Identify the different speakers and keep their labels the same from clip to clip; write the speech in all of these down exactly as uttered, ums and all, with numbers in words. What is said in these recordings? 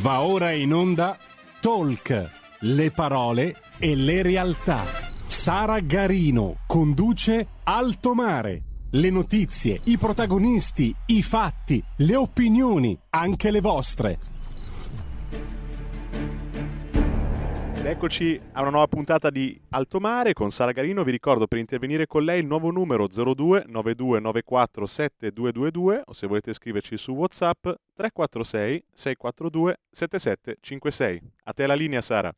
Speaker 1: Va ora in onda Talk, le parole e le realtà. Sara Garino conduce Alto Mare. Le notizie, i protagonisti, i fatti, le opinioni, anche le vostre.
Speaker 2: Ed eccoci a una nuova puntata di Alto Mare con Sara Garino. Vi ricordo, per intervenire con lei, il nuovo numero zero due nove due nove quattro sette due due due, o se volete scriverci su WhatsApp tre quattro sei sei quattro due sette sette cinque sei. A te la linea, Sara.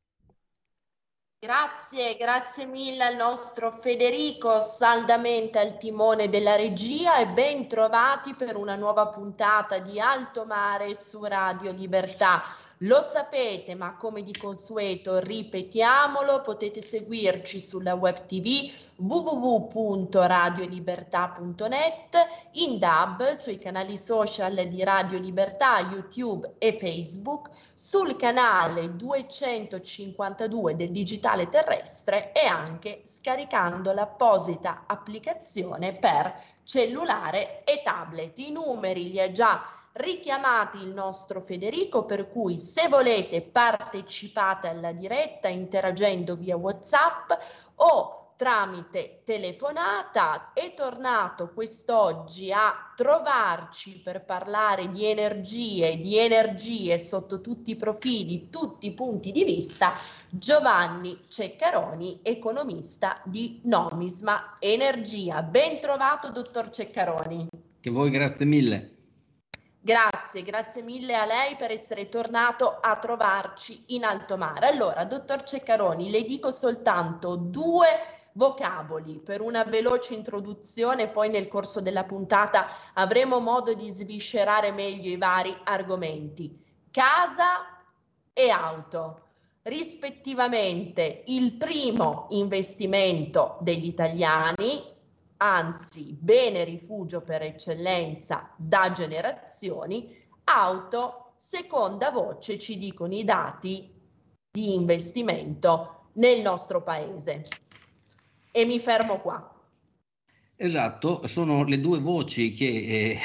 Speaker 3: Grazie, grazie mille al nostro Federico, saldamente al timone della regia, e ben trovati per una nuova puntata di Alto Mare su Radio Libertà. Lo sapete, ma come di consueto ripetiamolo, potete seguirci sulla web tv w w w punto radio libertà punto net, in D A B, sui canali social di Radio Libertà, YouTube e Facebook, sul canale duecentocinquantadue del digitale terrestre e anche scaricando l'apposita applicazione per cellulare e tablet. I numeri li ha già richiamati il nostro Federico, per cui se volete partecipate alla diretta interagendo via WhatsApp o tramite telefonata. È tornato quest'oggi a trovarci per parlare di energie, di energie sotto tutti i profili, tutti i punti di vista, Giovanni Ceccaroni, economista di Nomisma Energia. Ben trovato, dottor Ceccaroni.
Speaker 4: Che voi, grazie mille.
Speaker 3: Grazie, grazie mille a lei per essere tornato a trovarci in alto mare. Allora, dottor Ceccaroni, le dico soltanto due vocaboli per una veloce introduzione, poi nel corso della puntata avremo modo di sviscerare meglio i vari argomenti. Casa e auto, rispettivamente il primo investimento degli italiani, anzi bene rifugio per eccellenza da generazioni, auto, seconda voce, ci dicono i dati di investimento nel nostro paese. E mi fermo qua.
Speaker 4: Esatto, sono le due voci che eh,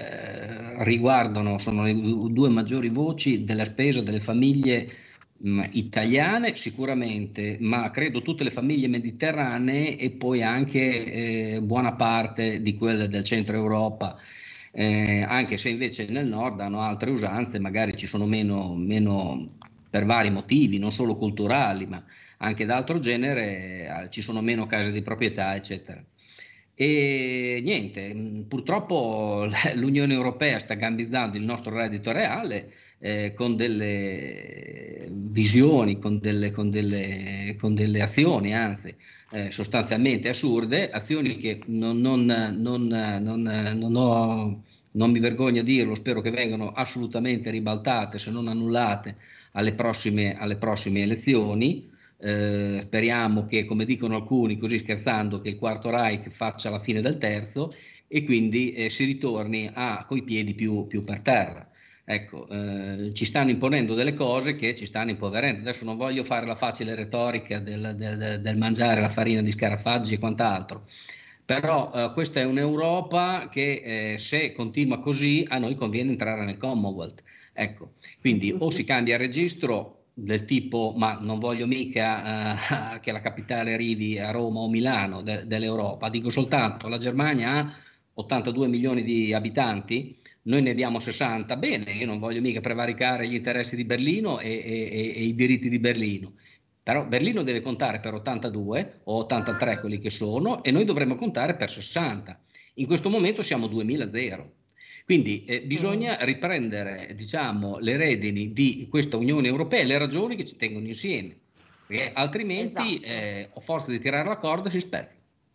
Speaker 4: riguardano, sono le due maggiori voci della spesa delle famiglie mh, italiane sicuramente, ma credo tutte le famiglie mediterranee e poi anche eh, buona parte di quelle del centro Europa, eh, anche se invece nel nord hanno altre usanze, magari ci sono meno, meno per vari motivi, non solo culturali, ma anche d'altro genere, eh, ci sono meno case di proprietà, eccetera. E niente, purtroppo l'Unione Europea sta gambizzando il nostro reddito reale eh, con delle visioni, con delle, con delle, con delle azioni, anzi eh, sostanzialmente assurde, azioni che non, non, non, non, non, ho, non mi vergogno a dirlo, spero che vengano assolutamente ribaltate, se non annullate, alle prossime, alle prossime elezioni. Eh, speriamo che, come dicono alcuni, così scherzando, che il quarto Reich faccia la fine del terzo e quindi eh, si ritorni a coi piedi più, più per terra. Ecco, eh, ci stanno imponendo delle cose che ci stanno impoverendo. Adesso non voglio fare la facile retorica del, del, del mangiare la farina di scarafaggi e quant'altro, però eh, questa è un'Europa che eh, se continua così a noi conviene entrare nel Commonwealth. Ecco, quindi o si cambia registro del tipo, ma non voglio mica uh, che la capitale arrivi a Roma o Milano de- dell'Europa, dico soltanto la Germania ha ottantadue milioni di abitanti, noi ne abbiamo sessanta, bene, io non voglio mica prevaricare gli interessi di Berlino e, e, e i diritti di Berlino, però Berlino deve contare per ottantadue o ottantatré quelli che sono e noi dovremmo contare per sessanta, in questo momento siamo duemila a zero. Quindi eh, bisogna riprendere, diciamo, le redini di questa Unione Europea e le ragioni che ci tengono insieme, perché altrimenti, esatto. eh, a forza di tirare la corda, si spezza.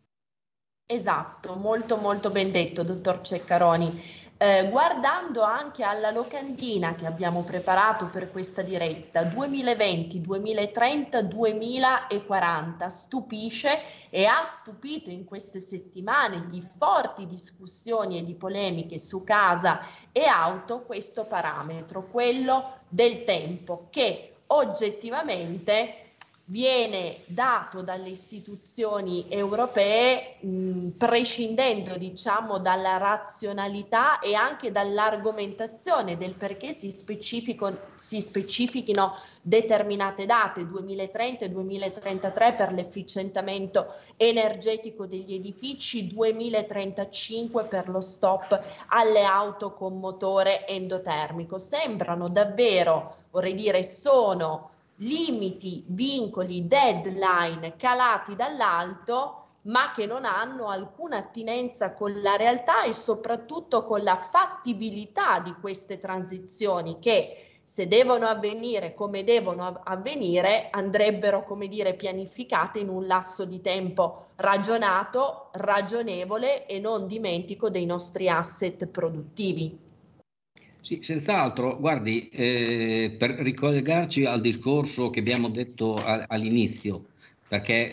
Speaker 3: Esatto, molto molto ben detto, dottor Ceccaroni. Eh, guardando anche alla locandina che abbiamo preparato per questa diretta, duemilaventi, duemilatrenta, duemilaquaranta, stupisce e ha stupito in queste settimane di forti discussioni e di polemiche su casa e auto questo parametro, quello del tempo, che oggettivamente viene dato dalle istituzioni europee mh, prescindendo diciamo dalla razionalità e anche dall'argomentazione del perché si, specifico, si specifichino determinate date, duemilatrenta e duemilatrentatré per l'efficientamento energetico degli edifici, duemilatrentacinque per lo stop alle auto con motore endotermico. Sembrano davvero, vorrei dire, sono limiti, vincoli, deadline calati dall'alto, ma che non hanno alcuna attinenza con la realtà e soprattutto con la fattibilità di queste transizioni che, se devono avvenire come devono avvenire, andrebbero, come dire, pianificate in un lasso di tempo ragionato, ragionevole e non dimentico dei nostri asset produttivi.
Speaker 4: Sì, senz'altro, guardi, eh, per ricollegarci al discorso che abbiamo detto a, all'inizio, perché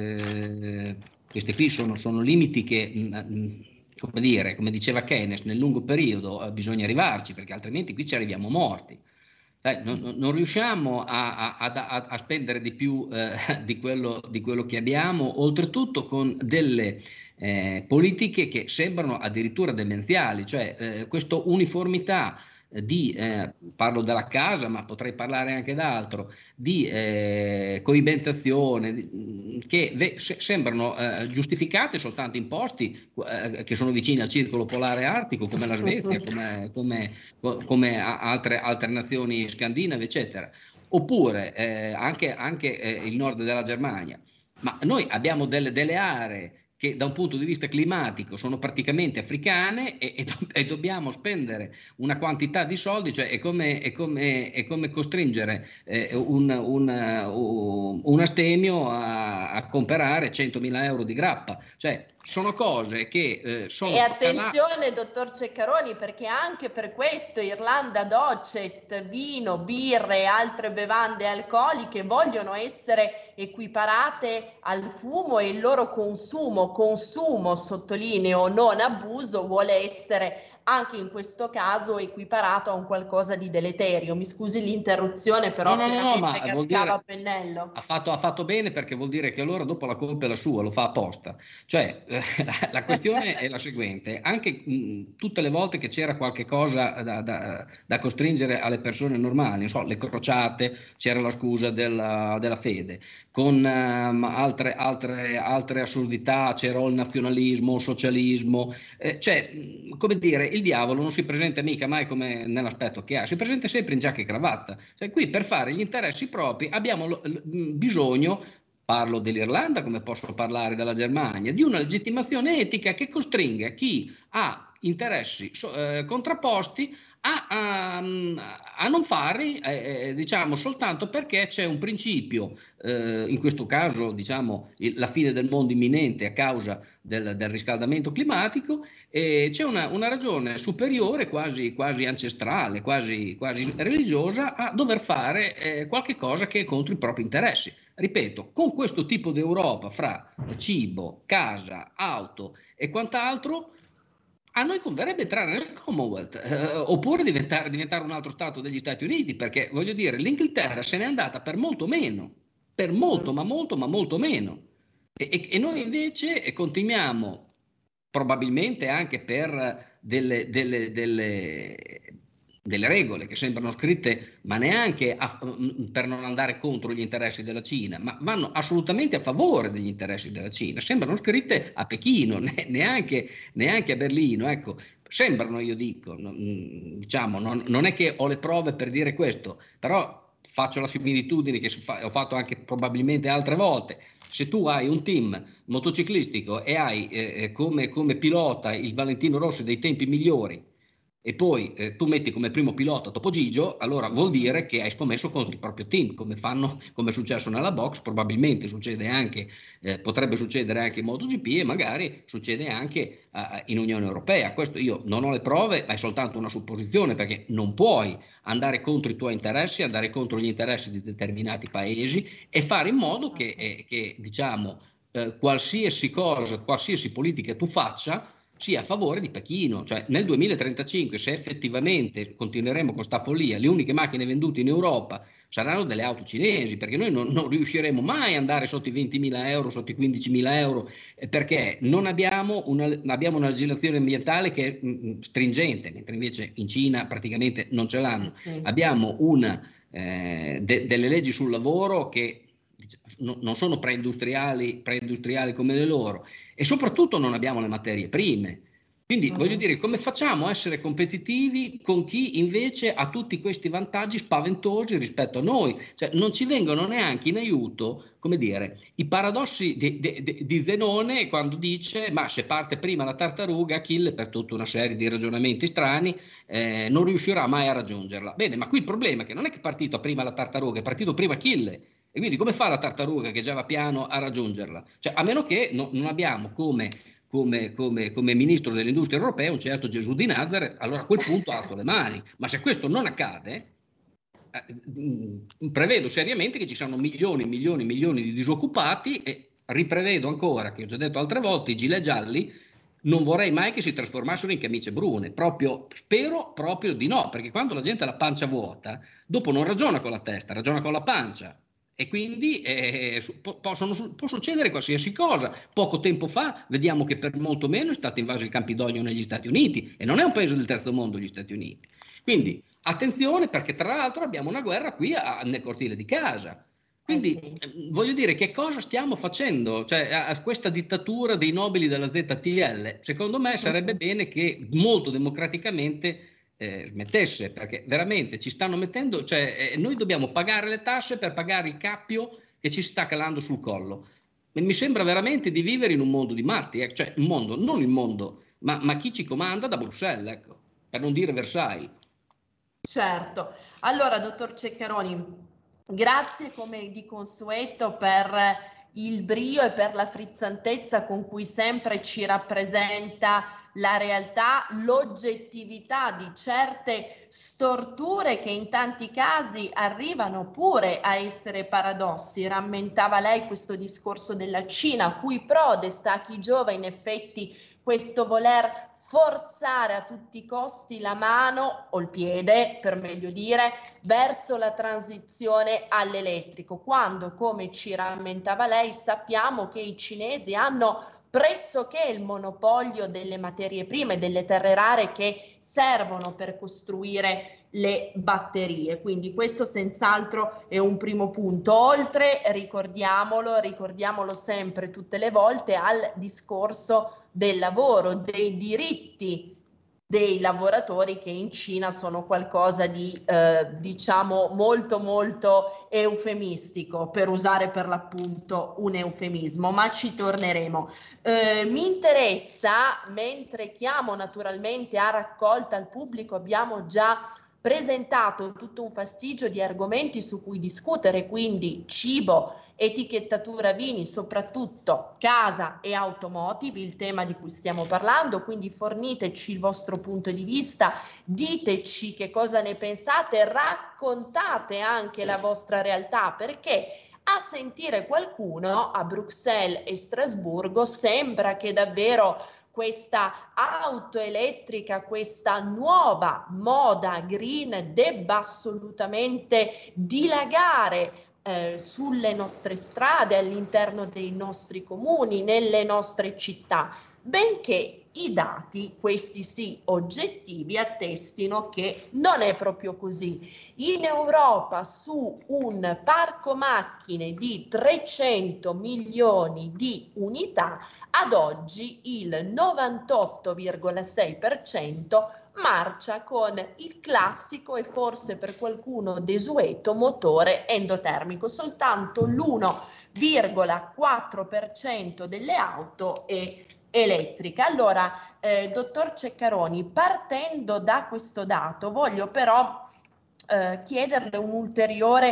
Speaker 4: eh, questi qui sono, sono limiti che, mh, come dire, come diceva Keynes, nel lungo periodo eh, bisogna arrivarci, perché altrimenti qui ci arriviamo morti. Eh, non, non riusciamo a, a, a, a spendere di più eh, di, quello, di quello che abbiamo, oltretutto con delle eh, politiche che sembrano addirittura demenziali, cioè eh, questa uniformità di, eh, parlo della casa, ma potrei parlare anche d'altro, di eh, coibentazione di, che ve, se, sembrano eh, giustificate soltanto in posti eh, che sono vicini al circolo polare artico, come la Svezia, come, come, come altre, altre nazioni scandinave, eccetera, oppure eh, anche, anche eh, il nord della Germania. Ma noi abbiamo delle, delle aree che da un punto di vista climatico sono praticamente africane e, e, do, e dobbiamo spendere una quantità di soldi, cioè è come, è come, è come costringere eh, un, un, uh, un astemio a, a comprare centomila euro di grappa, cioè sono cose che eh, sono...
Speaker 3: E attenzione dottor Ceccaroni, perché anche per questo Irlanda Docet, vino, birre e altre bevande alcoliche vogliono essere equiparate al fumo e il loro consumo, consumo sottolineo, non abuso, vuole essere anche in questo caso equiparato a un qualcosa di deleterio. Mi scusi l'interruzione, però
Speaker 4: no, no, no, ma
Speaker 3: cascava a pennello.
Speaker 4: Ha fatto, ha fatto bene, perché vuol dire che allora dopo la colpa è la sua, lo fa apposta. Cioè eh, la, la questione è la seguente: anche mh, tutte le volte che c'era qualche cosa da, da, da costringere alle persone normali, non so, le crociate, c'era la scusa della, della fede, con um, altre, altre, altre assurdità, c'era il nazionalismo, il socialismo, eh, cioè mh, come dire, il diavolo non si presenta mica mai come nell'aspetto che ha, si presenta sempre in giacca e cravatta. Cioè qui per fare gli interessi propri abbiamo l- l- bisogno, parlo dell'Irlanda come posso parlare della Germania, di una legittimazione etica che costringa chi ha interessi so, eh, contrapposti a, a, a non farli, eh, diciamo, soltanto perché c'è un principio, eh, in questo caso diciamo il, la fine del mondo imminente a causa del, del riscaldamento climatico, e c'è una, una ragione superiore, quasi, quasi ancestrale, quasi, quasi religiosa, a dover fare eh, qualche cosa che è contro i propri interessi. Ripeto, con questo tipo di Europa fra cibo, casa, auto e quant'altro, a noi converrebbe entrare nel Commonwealth, eh, oppure diventare, diventare un altro Stato degli Stati Uniti, perché voglio dire, l'Inghilterra se n'è andata per molto meno, per molto, ma molto, ma molto meno. E, e, e noi invece continuiamo, probabilmente anche per delle, delle, delle, delle regole che sembrano scritte, ma neanche a, per non andare contro gli interessi della Cina, ma vanno assolutamente a favore degli interessi della Cina, sembrano scritte a Pechino, neanche, neanche a Berlino, ecco. Sembrano, io dico, non, diciamo, non, non è che ho le prove per dire questo, però faccio la similitudine che ho fatto anche probabilmente altre volte. Se tu hai un team motociclistico e hai eh, come, come pilota il Valentino Rossi dei tempi migliori, e poi eh, tu metti come primo pilota Topo Gigio, allora vuol dire che hai scommesso contro il proprio team, come fanno, come è successo nella box, probabilmente succede anche, eh, potrebbe succedere anche in MotoGP e magari succede anche uh, in Unione Europea. Questo io non ho le prove, ma è soltanto una supposizione, perché non puoi andare contro i tuoi interessi, andare contro gli interessi di determinati paesi e fare in modo che, eh, che diciamo, eh, qualsiasi cosa, qualsiasi politica tu faccia, sia a favore di Pechino, cioè nel duemilatrentacinque, se effettivamente continueremo con sta follia, le uniche macchine vendute in Europa saranno delle auto cinesi, perché noi non, non riusciremo mai ad andare sotto i ventimila euro, sotto i quindicimila euro, eh, perché non abbiamo una, abbiamo una legislazione ambientale che è mh, stringente, mentre invece in Cina praticamente non ce l'hanno. Sì. Abbiamo una, eh, de, delle leggi sul lavoro che no, non sono preindustriali, preindustriali come le loro, e soprattutto non abbiamo le materie prime. Quindi voglio dire, come facciamo a essere competitivi con chi invece ha tutti questi vantaggi spaventosi rispetto a noi? Cioè, non ci vengono neanche in aiuto, come dire, i paradossi di, di, di Zenone, quando dice ma se parte prima la tartaruga, Achille, per tutta una serie di ragionamenti strani, eh, non riuscirà mai a raggiungerla. Bene, ma qui il problema è che non è che è partito prima la tartaruga, è partito prima Achille. E quindi come fa la tartaruga, che già va piano, a raggiungerla? Cioè, a meno che no, non abbiamo come... Come, come, come ministro dell'industria europea un certo Gesù di Nazareth, allora a quel punto alzo le mani. Ma se questo non accade, eh, prevedo seriamente che ci saranno milioni e milioni e milioni di disoccupati, e riprevedo ancora, che ho già detto altre volte, i gilet gialli non vorrei mai che si trasformassero in camicie brune, proprio, spero proprio di no, perché quando la gente ha la pancia vuota, dopo non ragiona con la testa, ragiona con la pancia. E quindi eh, possono, può succedere qualsiasi cosa. Poco tempo fa vediamo che per molto meno è stato invaso il Campidoglio negli Stati Uniti, e non è un paese del terzo mondo gli Stati Uniti. Quindi attenzione, perché tra l'altro abbiamo una guerra qui a, nel cortile di casa. Quindi eh sì. voglio dire, che cosa stiamo facendo? Cioè, a, a questa dittatura dei nobili della Z T L, secondo me sarebbe bene che molto democraticamente Eh, smettesse, perché veramente ci stanno mettendo, cioè eh, noi dobbiamo pagare le tasse per pagare il cappio che ci sta calando sul collo. E mi sembra veramente di vivere in un mondo di matti, eh? Cioè un mondo, non il mondo, ma, ma chi ci comanda da Bruxelles, ecco, per non dire Versailles.
Speaker 3: Certo. Allora, dottor Ceccaroni, grazie come di consueto per il brio e per la frizzantezza con cui sempre ci rappresenta la realtà, l'oggettività di certe storture che in tanti casi arrivano pure a essere paradossi. Rammentava lei questo discorso della Cina, cui prode sta chi giova in effetti questo voler forzare a tutti i costi la mano o il piede, per meglio dire, verso la transizione all'elettrico, quando, come ci rammentava lei, sappiamo che i cinesi hanno pressoché il monopolio delle materie prime, delle terre rare che servono per costruire le batterie. Quindi questo senz'altro è un primo punto. Oltre, ricordiamolo, ricordiamolo sempre tutte le volte, al discorso del lavoro, dei diritti dei lavoratori, che in Cina sono qualcosa di eh, diciamo molto molto eufemistico, per usare per l'appunto un eufemismo, ma ci torneremo. Eh, mi interessa, mentre chiamo naturalmente a raccolta al pubblico, abbiamo già presentato tutto un fastigio di argomenti su cui discutere, quindi cibo, etichettatura vini, soprattutto casa e automotive, il tema di cui stiamo parlando, quindi forniteci il vostro punto di vista, diteci che cosa ne pensate, raccontate anche la vostra realtà, perché a sentire qualcuno a Bruxelles e Strasburgo sembra che davvero questa auto elettrica, questa nuova moda green debba assolutamente dilagare eh, sulle nostre strade, all'interno dei nostri comuni, nelle nostre città, benché i dati, questi sì oggettivi, attestino che non è proprio così. In Europa, su un parco macchine di trecento milioni di unità, ad oggi il novantotto virgola sei per cento marcia con il classico e forse per qualcuno desueto motore endotermico. Soltanto l'uno virgola quattro per cento delle auto è elettrica. Allora, eh, dottor Ceccaroni, partendo da questo dato, voglio però eh, chiederle un'ulteriore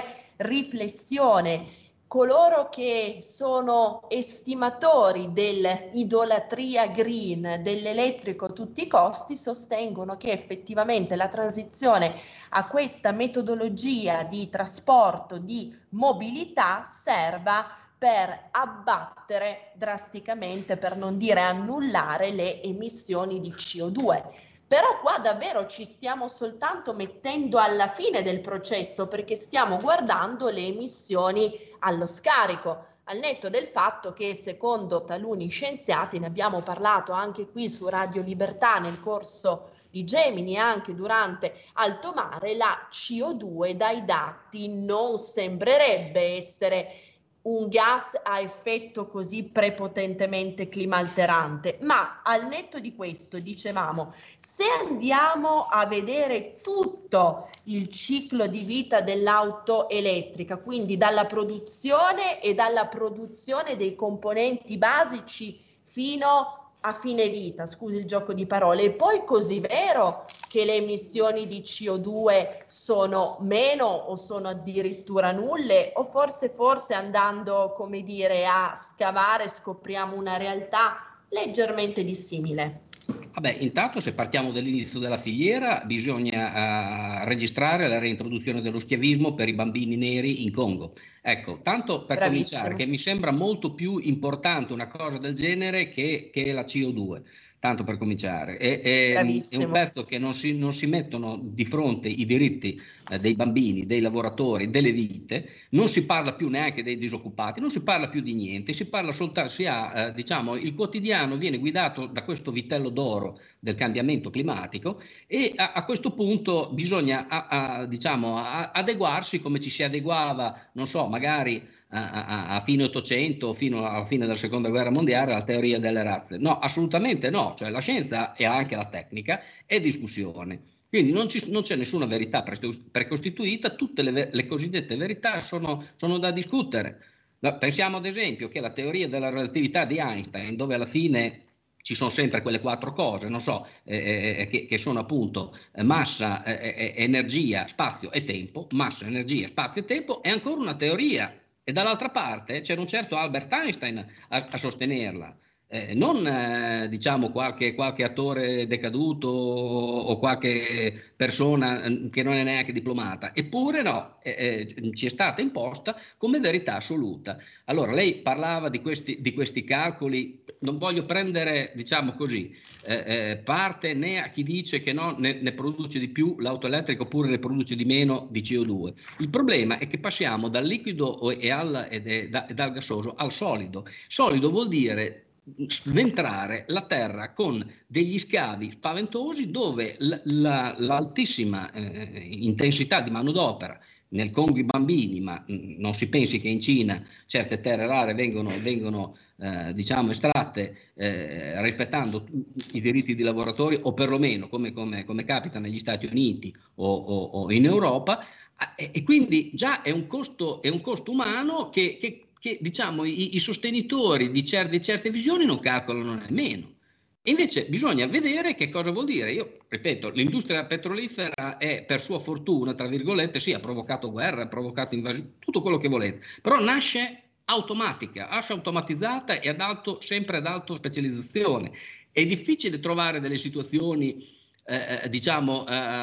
Speaker 3: riflessione. Coloro che sono estimatori dell'idolatria green, dell'elettrico a tutti i costi, sostengono che effettivamente la transizione a questa metodologia di trasporto, di mobilità, serva per abbattere drasticamente, per non dire annullare, le emissioni di C O due. Però qua davvero ci stiamo soltanto mettendo alla fine del processo, perché stiamo guardando le emissioni allo scarico, al netto del fatto che secondo taluni scienziati, ne abbiamo parlato anche qui su Radio Libertà nel corso di Gemini e anche durante Alto Mare, la C O due dai dati non sembrerebbe essere un gas a effetto così prepotentemente climalterante, ma al netto di questo, dicevamo, se andiamo a vedere tutto il ciclo di vita dell'auto elettrica, quindi dalla produzione e dalla produzione dei componenti basici fino a fine vita, scusi il gioco di parole, è poi così vero che le emissioni di C O due sono meno o sono addirittura nulle, o forse forse andando, come dire, a scavare scopriamo una realtà leggermente dissimile?
Speaker 4: Vabbè, intanto se partiamo dall'inizio della filiera bisogna uh, registrare la reintroduzione dello schiavismo per i bambini neri in Congo. Ecco, tanto per
Speaker 3: Bravissimo.
Speaker 4: cominciare, che mi sembra molto più importante una cosa del genere che, che la C O due. Tanto per cominciare, è, è, è un pezzo che non si, non si mettono di fronte i diritti eh, dei bambini, dei lavoratori, delle vite, non si parla più neanche dei disoccupati, non si parla più di niente, si parla soltanto, si ha, eh, diciamo, il quotidiano viene guidato da questo vitello d'oro del cambiamento climatico e a, a questo punto bisogna a, a, diciamo, a, adeguarsi come ci si adeguava, non so, magari A, a, a fine Ottocento, fino alla fine della seconda guerra mondiale, alla teoria delle razze. No, assolutamente no, cioè la scienza e anche la tecnica è discussione, quindi non, ci, non c'è nessuna verità precostituita, tutte le, le cosiddette verità sono, sono da discutere. Pensiamo ad esempio che la teoria della relatività di Einstein, dove alla fine ci sono sempre quelle quattro cose, non so, eh, eh, che, che sono appunto eh, massa, eh, eh, energia, spazio e tempo, massa, energia, spazio e tempo, è ancora una teoria. E dall'altra parte c'era un certo Albert Einstein a, a sostenerla, eh, non eh, diciamo qualche, qualche attore decaduto o, o qualche persona eh, che non è neanche diplomata, eppure no, eh, eh, ci è stata imposta come verità assoluta. Allora lei parlava di questi, di questi calcoli, non voglio prendere, diciamo così, eh, eh, parte né a chi dice che no, ne, ne produce di più l'auto elettrica oppure ne produce di meno di C O due. Il problema è che passiamo dal liquido e, al, e, e, da, e dal gassoso al solido. Solido vuol dire sventrare la terra con degli scavi spaventosi dove l- la, l'altissima eh, intensità di manodopera, nel Congo i bambini, ma mh, non si pensi che in Cina certe terre rare vengono, vengono eh, diciamo estratte eh, rispettando i diritti di lavoratori, o perlomeno come, come, come capita negli Stati Uniti o, o, o in Europa, e, e quindi già è un costo, è un costo umano che, che che diciamo i, i sostenitori di, cer- di certe visioni non calcolano nemmeno. E invece bisogna vedere che cosa vuol dire. Io ripeto, l'industria petrolifera è, per sua fortuna, tra virgolette, sì, ha provocato guerra, ha provocato invasioni, tutto quello che volete, però nasce automatica, nasce automatizzata e ad alto, sempre ad alta specializzazione. È difficile trovare delle situazioni Eh, diciamo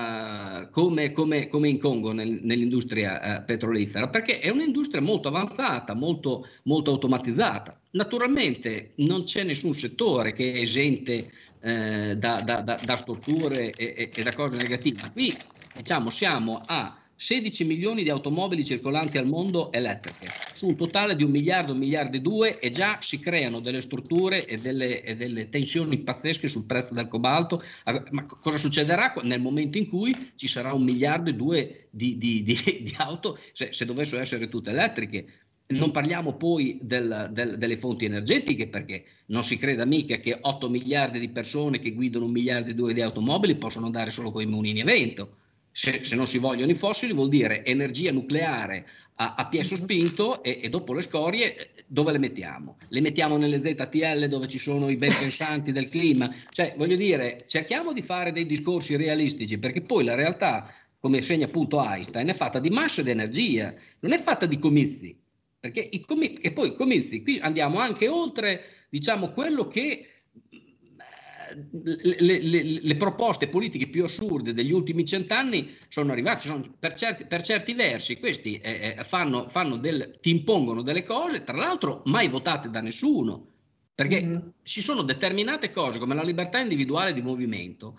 Speaker 4: eh, come, come, come in Congo nel, nell'industria eh, petrolifera, perché è un'industria molto avanzata, molto, molto automatizzata. Naturalmente non c'è nessun settore che è esente eh, da, da, da, da storture e, e, e da cose negative. Qui diciamo siamo a sedici milioni di automobili circolanti al mondo elettriche, su un totale di un miliardo, un miliardo e due, e già si creano delle strutture e delle, e delle tensioni pazzesche sul prezzo del cobalto. Ma cosa succederà nel momento in cui ci sarà un miliardo e due di, di, di, di auto, se, se dovessero essere tutte elettriche? Non parliamo poi del, del, delle fonti energetiche, perché non si creda mica che otto miliardi di persone che guidano un miliardo e due di automobili possono andare solo con i mulini a vento. Se, se non si vogliono i fossili vuol dire energia nucleare a, a piè sospinto e, e dopo le scorie dove le mettiamo? Le mettiamo nelle Z T L dove ci sono i ben pensanti del clima? Cioè voglio dire, cerchiamo di fare dei discorsi realistici, perché poi la realtà, come segna appunto Einstein, è fatta di massa ed energia, non è fatta di comizi, perché i comizi, e poi i comizi, qui andiamo anche oltre, diciamo, quello che le, le, le proposte politiche più assurde degli ultimi cent'anni sono arrivate, sono, per, certi, per certi versi questi eh, fanno, fanno del, ti impongono delle cose, tra l'altro mai votate da nessuno, perché mm-hmm. ci sono determinate cose come la libertà individuale di movimento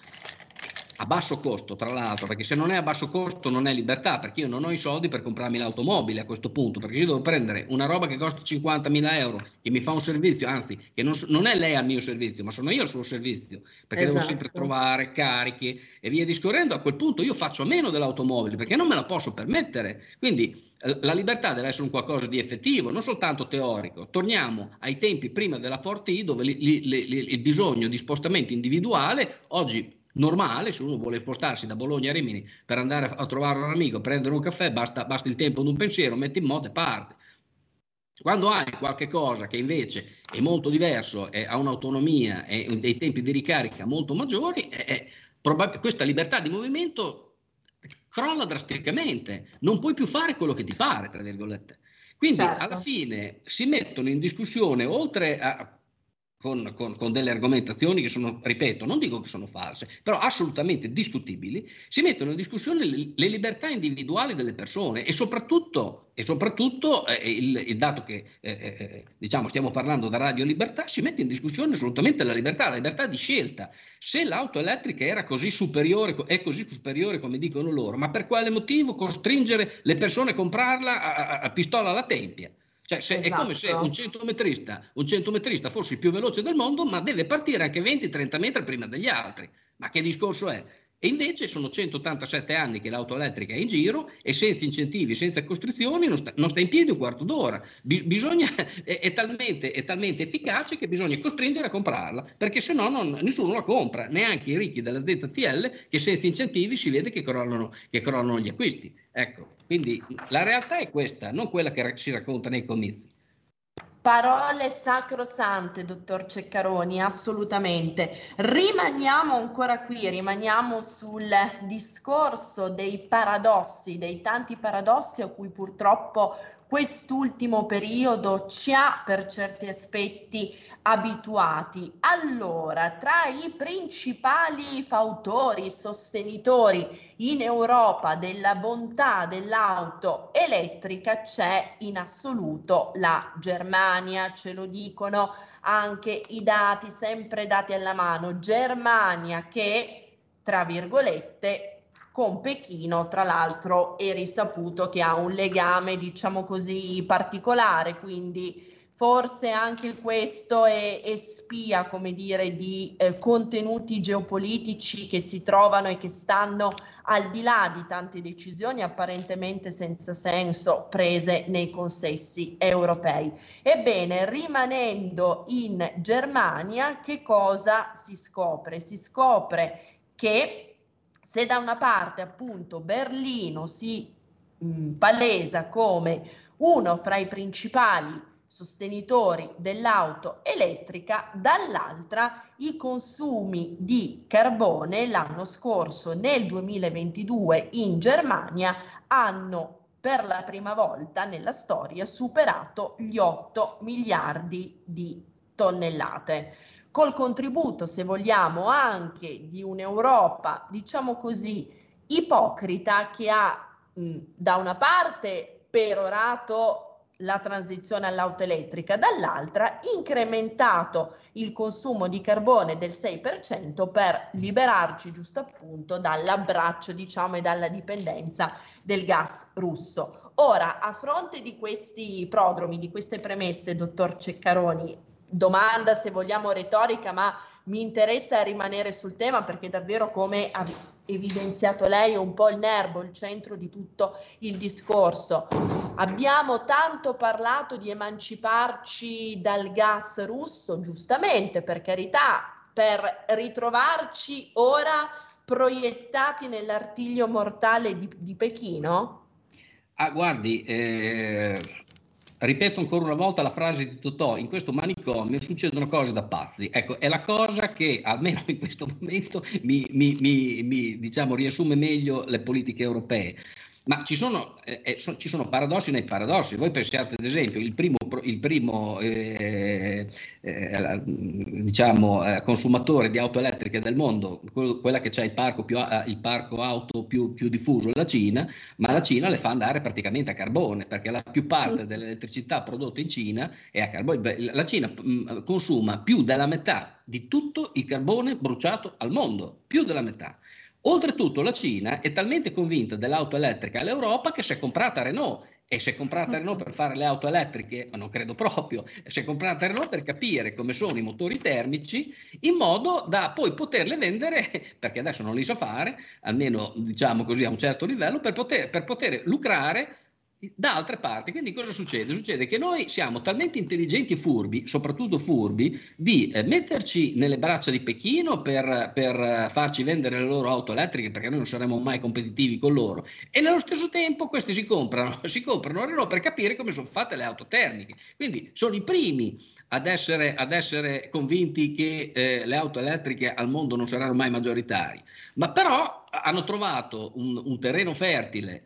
Speaker 4: a basso costo, tra l'altro, perché se non è a basso costo non è libertà, perché io non ho i soldi per comprarmi l'automobile a questo punto, perché io devo prendere una roba che costa cinquantamila euro, che mi fa un servizio, anzi, che non, non è lei al mio servizio, ma sono io al suo servizio, perché esatto. devo sempre trovare carichi e via discorrendo. A quel punto io faccio a meno dell'automobile, perché non me la posso permettere. Quindi la libertà deve essere un qualcosa di effettivo, non soltanto teorico. Torniamo ai tempi prima della Forti, dove li, li, li, il bisogno di spostamento individuale, oggi normale, se uno vuole spostarsi da Bologna a Rimini per andare a trovare un amico, prendere un caffè, basta, basta il tempo di un pensiero, metti in moto e parte. Quando hai qualche cosa che invece è molto diverso, è, ha un'autonomia e dei tempi di ricarica molto maggiori, è, è probab- questa libertà di movimento crolla drasticamente, non puoi più fare quello che ti pare, tra virgolette. Quindi certo. alla fine si mettono in discussione, oltre a Con, con, con delle argomentazioni che sono, ripeto, non dico che sono false, però assolutamente discutibili, si mettono in discussione le, le libertà individuali delle persone e soprattutto, e soprattutto eh, il, il dato che eh, eh, diciamo stiamo parlando da Radio Libertà, si mette in discussione assolutamente la libertà, la libertà di scelta. Se l'auto elettrica era così superiore, è così superiore come dicono loro, ma per quale motivo costringere le persone a comprarla a, a, a pistola alla tempia? Cioè, se, esatto. È come se un centometrista, un centometrista fosse il più veloce del mondo, ma deve partire anche venti trenta metri prima degli altri. Ma che discorso è? E invece sono centottantasette anni che l'auto elettrica è in giro e senza incentivi, senza costrizioni non sta, non sta in piedi un quarto d'ora. Bis- bisogna, è, è, talmente, è talmente efficace che bisogna costringere a comprarla, perché se no non, nessuno la compra, neanche i ricchi della Z T L, che senza incentivi si vede che crollano, che crollano gli acquisti. Ecco, quindi la realtà è questa, non quella che si racconta nei comizi.
Speaker 3: Parole sacrosante, dottor Ceccaroni, assolutamente. Rimaniamo ancora qui, rimaniamo sul discorso dei paradossi, dei tanti paradossi a cui purtroppo quest'ultimo periodo ci ha per certi aspetti abituati. Allora, tra i principali fautori, sostenitori in Europa della bontà dell'auto elettrica c'è in assoluto la Germania, ce lo dicono anche i dati, sempre dati alla mano. Germania che, tra virgolette, con Pechino, tra l'altro è risaputo che ha un legame, diciamo così, particolare, quindi forse anche questo è, è spia, come dire, di eh, contenuti geopolitici che si trovano e che stanno al di là di tante decisioni apparentemente senza senso prese nei consessi europei. Ebbene, rimanendo in Germania, che cosa si scopre? Si scopre che se da una parte appunto Berlino si mh, palesa come uno fra i principali sostenitori dell'auto elettrica, dall'altra i consumi di carbone l'anno scorso, nel duemilaventidue, in Germania hanno per la prima volta nella storia superato gli otto miliardi di tonnellate, col contributo, se vogliamo, anche di un'Europa, diciamo così, ipocrita, che ha mh, da una parte perorato la transizione all'auto elettrica, dall'altra incrementato il consumo di carbone del sei per cento per liberarci giusto appunto dall'abbraccio, diciamo, e dalla dipendenza del gas russo. Ora, a fronte di questi prodromi, di queste premesse, dottor Ceccaroni, domanda se vogliamo retorica, ma mi interessa rimanere sul tema perché davvero, come ha evidenziato lei, è un po' il nervo, il centro di tutto il discorso. Abbiamo tanto parlato di emanciparci dal gas russo, giustamente, per carità, per ritrovarci ora proiettati nell'artiglio mortale di, di Pechino?
Speaker 4: Ah, guardi, eh... ripeto ancora una volta la frase di Totò: in questo manicomio succedono cose da pazzi. Ecco, è la cosa che almeno in questo momento mi, mi, mi, mi diciamo riassume meglio le politiche europee. Ma ci sono, eh, so, ci sono paradossi nei paradossi. Voi pensiate ad esempio il primo, il primo eh, eh, diciamo, eh, consumatore di auto elettriche del mondo, quella che c'ha il parco, più, il parco auto più, più diffuso, la Cina, ma la Cina le fa andare praticamente a carbone, perché la più parte dell'elettricità prodotta in Cina è a carbone. La Cina mh, consuma più della metà di tutto il carbone bruciato al mondo, più della metà. Oltretutto la Cina è talmente convinta dell'auto elettrica all'Europa che si è comprata Renault, e si è comprata Renault per fare le auto elettriche, ma non credo proprio, si è comprata Renault per capire come sono i motori termici, in modo da poi poterle vendere, perché adesso non li sa fare, almeno diciamo così a un certo livello, per poter, per poter lucrare da altre parti. Quindi cosa succede? Succede che noi siamo talmente intelligenti e furbi, soprattutto furbi, di eh, metterci nelle braccia di Pechino per, per farci vendere le loro auto elettriche, perché noi non saremo mai competitivi con loro, e nello stesso tempo questi si comprano, si comprano Renault per capire come sono fatte le auto termiche. Quindi sono i primi ad essere, ad essere convinti che eh, le auto elettriche al mondo non saranno mai maggioritarie, ma però hanno trovato un, un terreno fertile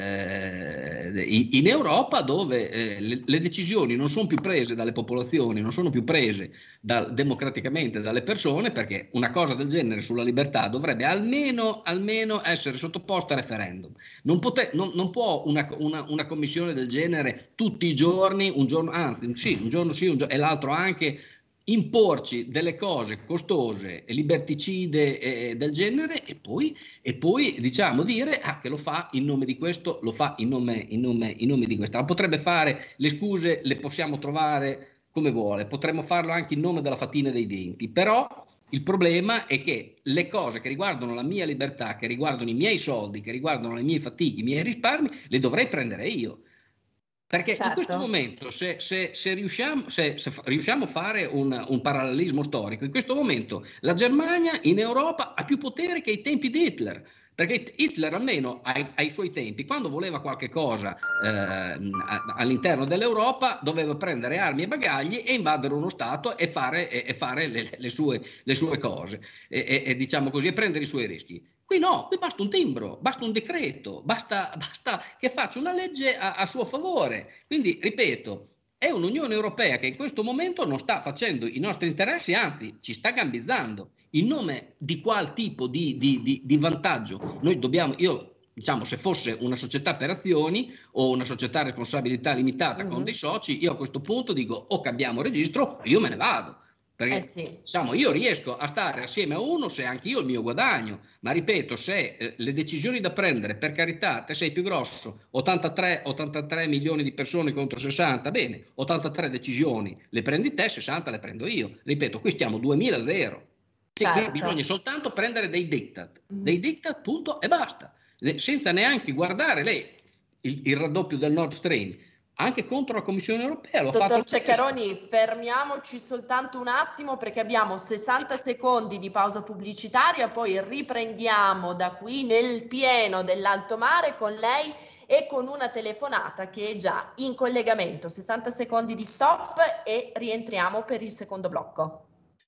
Speaker 4: in Europa, dove eh, le, le decisioni non sono più prese dalle popolazioni, non sono più prese da, democraticamente dalle persone, perché una cosa del genere sulla libertà dovrebbe almeno, almeno essere sottoposta a referendum. Non, pote, non, non può una, una, una commissione del genere tutti i giorni, un giorno, anzi sì, un giorno sì un giorno, e l'altro anche, imporci delle cose costose e liberticide eh, del genere, e poi, e poi diciamo dire ah, che lo fa in nome di questo, lo fa in nome, in nome, in nome di questo. Potrebbe fare, le scuse le possiamo trovare come vuole, potremmo farlo anche in nome della fatina dei denti, però il problema è che le cose che riguardano la mia libertà, che riguardano i miei soldi, che riguardano le mie fatiche, i miei risparmi, le dovrei prendere io. Perché certo. In questo momento, se, se, se, riusciamo, se, se riusciamo a fare un, un parallelismo storico, in questo momento la Germania in Europa ha più potere che ai tempi di Hitler, perché Hitler almeno ai, ai suoi tempi, quando voleva qualche cosa eh, all'interno dell'Europa, doveva prendere armi e bagagli e invadere uno Stato e fare, e, e fare le, le, sue, le sue cose, e, e, e diciamo così, e prendere i suoi rischi. Qui no, qui basta un timbro, basta un decreto, basta, basta che faccia una legge a, a suo favore. Quindi, ripeto, è un'Unione Europea che in questo momento non sta facendo i nostri interessi, anzi ci sta gambizzando. In nome di qual tipo di, di, di, di vantaggio? Noi dobbiamo, io diciamo, se fosse una società per azioni o una società a responsabilità limitata mm-hmm. con dei soci, io a questo punto dico o cambiamo registro o io me ne vado. Perché eh sì. diciamo, io riesco a stare assieme a uno se anche io ho il mio guadagno, ma ripeto, se eh, le decisioni da prendere, per carità, te sei più grosso, ottantatré, ottantatré milioni di persone contro sessanta, bene, ottantatré decisioni le prendi te, sessanta le prendo io. Ripeto, qui stiamo duemila a zero. Certo. Qui bisogna soltanto prendere dei diktat, mm. dei diktat, punto, e basta, senza neanche guardare lei il, il raddoppio del Nord Stream. Anche contro la Commissione Europea. Lo
Speaker 3: Dottor Ceccaroni, fermiamoci soltanto un attimo perché abbiamo sessanta secondi di pausa pubblicitaria, poi riprendiamo da qui nel pieno dell'alto mare con lei e con una telefonata che è già in collegamento. sessanta secondi di stop e rientriamo per il secondo blocco.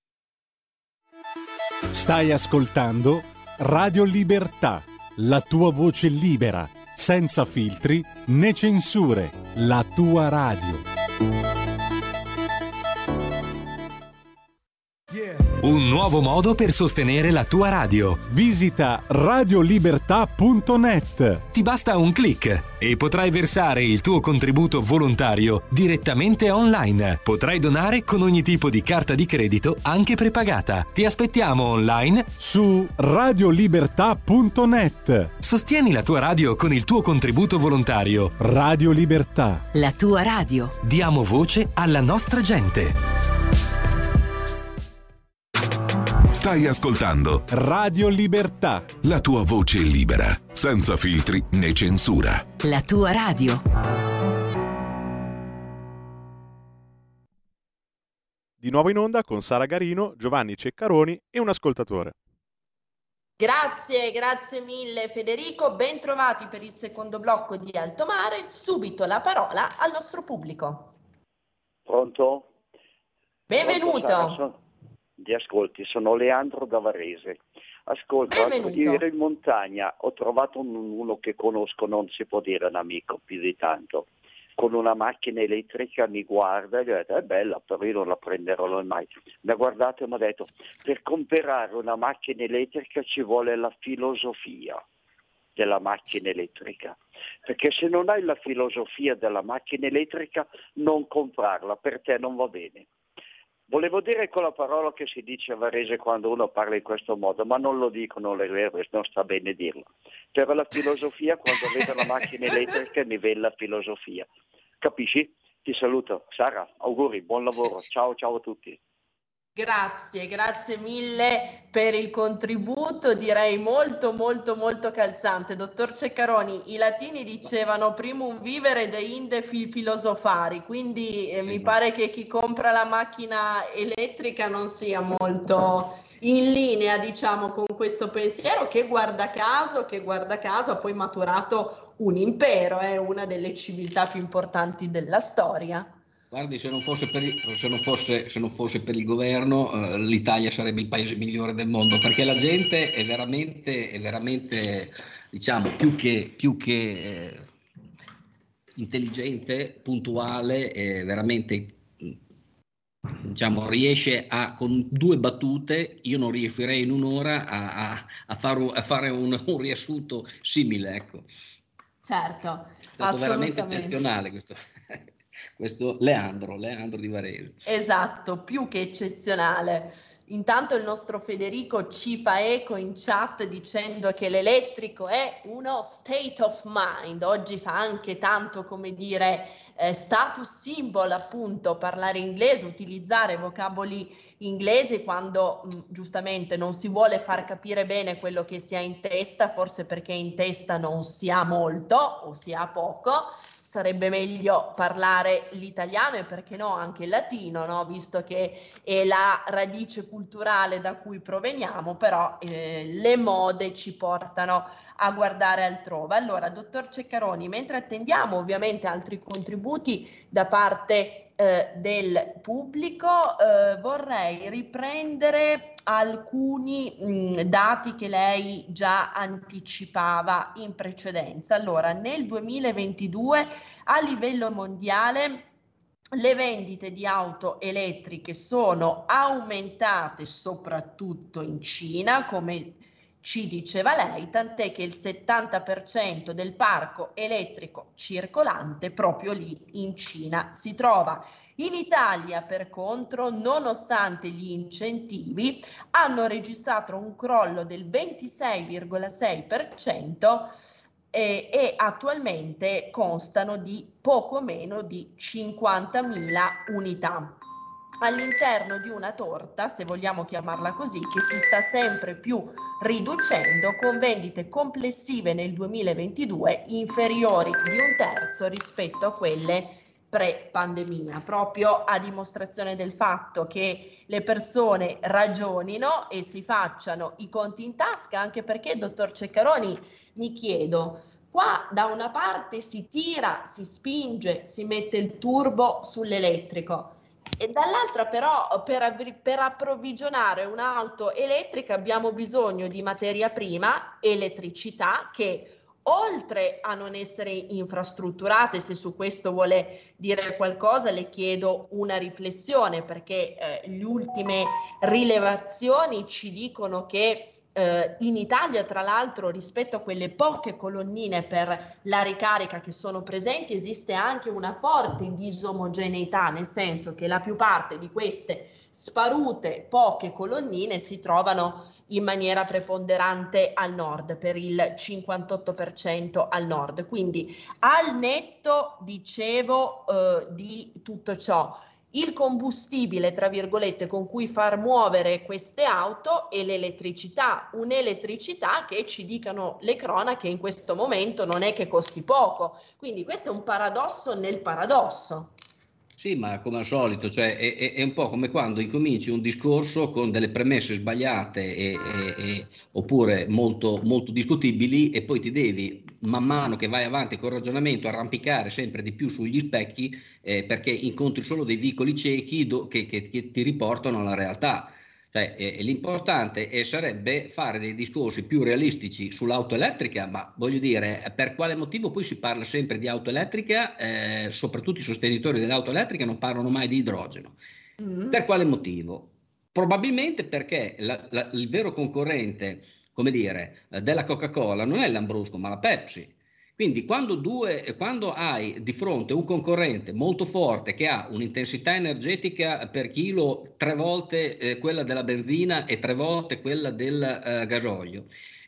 Speaker 1: Stai ascoltando Radio Libertà, la tua voce libera, senza filtri né censure, la tua radio.
Speaker 5: Un nuovo modo per sostenere la tua radio.
Speaker 1: Visita radiolibertà punto net.
Speaker 5: Ti basta un click e potrai versare il tuo contributo volontario direttamente online. Potrai donare con ogni tipo di carta di credito, anche prepagata. Ti aspettiamo online
Speaker 1: su radiolibertà punto net.
Speaker 5: Sostieni la tua radio con il tuo contributo volontario.
Speaker 1: Radio Libertà.
Speaker 6: La tua radio.
Speaker 5: Diamo voce alla nostra gente.
Speaker 7: Stai ascoltando
Speaker 1: Radio Libertà,
Speaker 7: la tua voce libera, senza filtri né censura.
Speaker 6: La tua radio.
Speaker 2: Di nuovo in onda con Sara Garino, Giovanni Ceccaroni e un ascoltatore.
Speaker 3: Grazie, grazie mille Federico, ben trovati per il secondo blocco di Alto Mare. Subito la parola al nostro pubblico.
Speaker 8: Pronto?
Speaker 3: Benvenuto.
Speaker 8: Pronto, Di ascolti, sono Leandro da Varese. Ascolta,
Speaker 3: Benvenuto.
Speaker 8: ero in montagna, ho trovato un- uno che conosco, non si può dire un amico più di tanto, con una macchina elettrica mi guarda e gli ho detto è bella, però io non la prenderò mai. Mi ha guardato e mi ha detto per comprare una macchina elettrica ci vuole la filosofia della macchina elettrica, perché se non hai la filosofia della macchina elettrica non comprarla, per te non va bene. Volevo dire quella parola che si dice a Varese quando uno parla in questo modo, ma non lo dico, non è vero, non sta bene dirlo. Però la filosofia, quando vedo la macchina elettrica mi viene la filosofia. Capisci? Ti saluto. Sara, auguri, buon lavoro. Ciao, ciao a tutti.
Speaker 3: Grazie, grazie mille per il contributo, direi molto molto molto calzante. Dottor Ceccaroni, i latini dicevano primum vivere de inde fi- filosofari, quindi eh, mi pare che chi compra la macchina elettrica non sia molto in linea, diciamo, con questo pensiero che guarda caso, che guarda caso ha poi maturato un impero, è una delle civiltà più importanti della storia.
Speaker 4: Guardi, se non fosse per il, se non fosse, se non fosse per il governo, eh, l'Italia sarebbe il paese migliore del mondo, perché la gente è veramente, è veramente diciamo, più che, più che eh, intelligente, puntuale, è veramente, diciamo, riesce a, con due battute, io non riuscirei in un'ora a, a, a fare, un, a fare un, un riassunto simile, ecco.
Speaker 3: Certo,
Speaker 4: È stato veramente
Speaker 3: assolutamente.
Speaker 4: eccezionale questo. Questo Leandro, Leandro di Varese.
Speaker 3: Esatto, più che eccezionale. Intanto il nostro Federico ci fa eco in chat dicendo che l'elettrico è uno state of mind. Oggi fa anche tanto, come dire, eh, status symbol, appunto, parlare inglese, utilizzare vocaboli inglesi quando mh, giustamente non si vuole far capire bene quello che si ha in testa, forse perché in testa non si ha molto o si ha poco. Sarebbe meglio parlare l'italiano e perché no anche il latino, no? Visto che è la radice culturale da cui proveniamo, però eh, le mode ci portano a guardare altrove. Allora, dottor Ceccaroni, mentre attendiamo ovviamente altri contributi da parte eh, del pubblico, eh, vorrei riprendere alcuni mh, dati che lei già anticipava in precedenza. Allora, nel duemilaventidue a livello mondiale le vendite di auto elettriche sono aumentate soprattutto in Cina, come ci diceva lei, tant'è che il settanta per cento del parco elettrico circolante proprio lì in Cina si trova. In Italia, per contro, nonostante gli incentivi, hanno registrato un crollo del ventisei virgola sei per cento e, e attualmente constano di poco meno di cinquantamila unità. All'interno di una torta, se vogliamo chiamarla così, che si sta sempre più riducendo, con vendite complessive nel duemilaventidue inferiori di un terzo rispetto a quelle pre-pandemia, proprio a dimostrazione del fatto che le persone ragionino e si facciano i conti in tasca, anche perché, dottor Ceccaroni, mi chiedo, qua da una parte si tira, si spinge, si mette il turbo sull'elettrico, e dall'altra però per, per approvvigionare un'auto elettrica abbiamo bisogno di materia prima, elettricità, che oltre a non essere infrastrutturate, se su questo vuole dire qualcosa le chiedo una riflessione, perché eh, le ultime rilevazioni ci dicono che eh, in Italia, tra l'altro, rispetto a quelle poche colonnine per la ricarica che sono presenti, esiste anche una forte disomogeneità, nel senso che la più parte di queste sparute poche colonnine si trovano in maniera preponderante al nord, per il cinquantotto per cento al nord. Quindi al netto, dicevo, eh, di tutto ciò, il combustibile, tra virgolette, con cui far muovere queste auto e l'elettricità, un'elettricità che ci dicano le cronache in questo momento non è che costi poco. Quindi questo è un paradosso nel paradosso.
Speaker 4: Sì, ma come al solito, cioè è, è, è un po' come quando incominci un discorso con delle premesse sbagliate e, e, e, oppure molto, molto discutibili e poi ti devi, man mano che vai avanti col ragionamento, arrampicare sempre di più sugli specchi eh, perché incontri solo dei vicoli ciechi do, che, che, che ti riportano alla realtà. Cioè, eh, l'importante eh, sarebbe fare dei discorsi più realistici sull'auto elettrica, ma voglio dire, per quale motivo poi si parla sempre di auto elettrica, eh, soprattutto i sostenitori dell'auto elettrica non parlano mai di idrogeno. Mm. Per quale motivo? Probabilmente perché la, la, il vero concorrente, come dire, della Coca-Cola non è l'Ambrusco, ma la Pepsi. Quindi quando, due, quando hai di fronte un concorrente molto forte che ha un'intensità energetica per chilo tre volte eh, quella della benzina e tre volte quella del eh, gasolio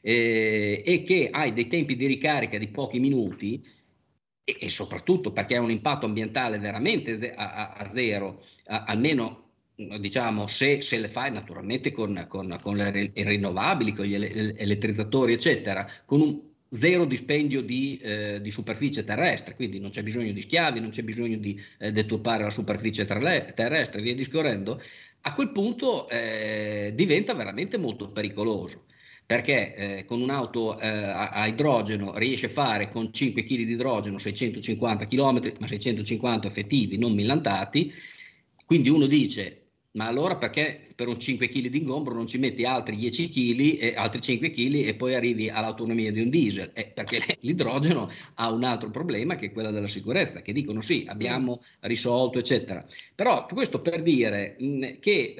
Speaker 4: eh, e che hai dei tempi di ricarica di pochi minuti e, e soprattutto perché ha un impatto ambientale veramente a, a, a zero, a, almeno diciamo se, se le fai naturalmente con, con, con le rinnovabili, con gli elettrizzatori eccetera, con un zero dispendio di, eh, di superficie terrestre, quindi non c'è bisogno di schiavi, non c'è bisogno di eh, deturpare la superficie terrestre e via discorrendo, a quel punto eh, diventa veramente molto pericoloso, perché eh, con un'auto eh, a, a idrogeno riesce a fare con cinque chili di idrogeno seicentocinquanta chilometri, ma seicentocinquanta effettivi, non millantati, quindi uno dice ma allora perché per un cinque chili di ingombro non ci metti altri dieci chili e altri cinque chili e poi arrivi all'autonomia di un diesel? Eh, perché l'idrogeno ha un altro problema che è quello della sicurezza, che dicono sì, abbiamo risolto eccetera. Però questo per dire mh, che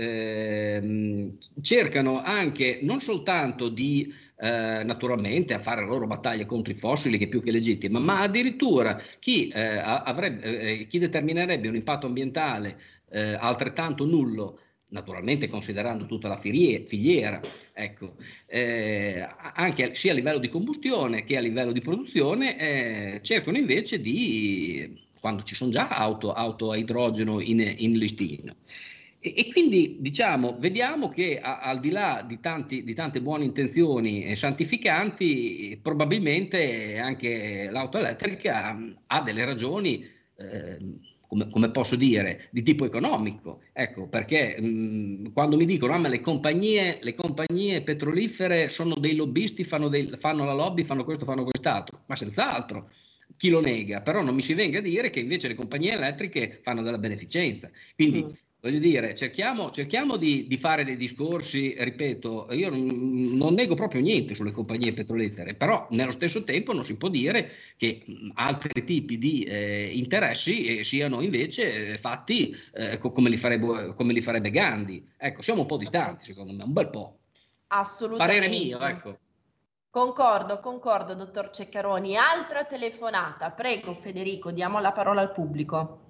Speaker 4: eh, cercano anche non soltanto di eh, naturalmente a fare la loro battaglia contro i fossili, che è più che legittima, ma addirittura chi, eh, avrebbe, eh, chi determinerebbe un impatto ambientale Eh, altrettanto nullo, naturalmente considerando tutta la filiera, ecco, eh, anche sia a livello di combustione che a livello di produzione, eh, cercano invece di, quando ci sono già auto, auto a idrogeno in, in listino. E, e quindi diciamo, vediamo che a, al di là di, tanti, di tante buone intenzioni e santificanti, probabilmente anche l'auto elettrica ha delle ragioni eh, Come, come posso dire, di tipo economico, ecco, perché mh, quando mi dicono ah, ma le compagnie, le compagnie petrolifere sono dei lobbisti, fanno, dei, fanno la lobby, fanno questo, fanno quest'altro, ma senz'altro, chi lo nega, però non mi si venga a dire che invece le compagnie elettriche fanno della beneficenza, quindi mm. voglio dire, cerchiamo, cerchiamo di, di fare dei discorsi, ripeto, io non, non nego proprio niente sulle compagnie petrolifere, però nello stesso tempo non si può dire che mh, altri tipi di eh, interessi eh, siano invece eh, fatti eh, come, li farebbe, come li farebbe Gandhi. Ecco, siamo un po' distanti secondo me, un bel po'.
Speaker 3: Assolutamente.
Speaker 4: Parere mio, ecco.
Speaker 3: Concordo, concordo, dottor Ceccaroni. Altra telefonata, prego Federico, diamo la parola al pubblico.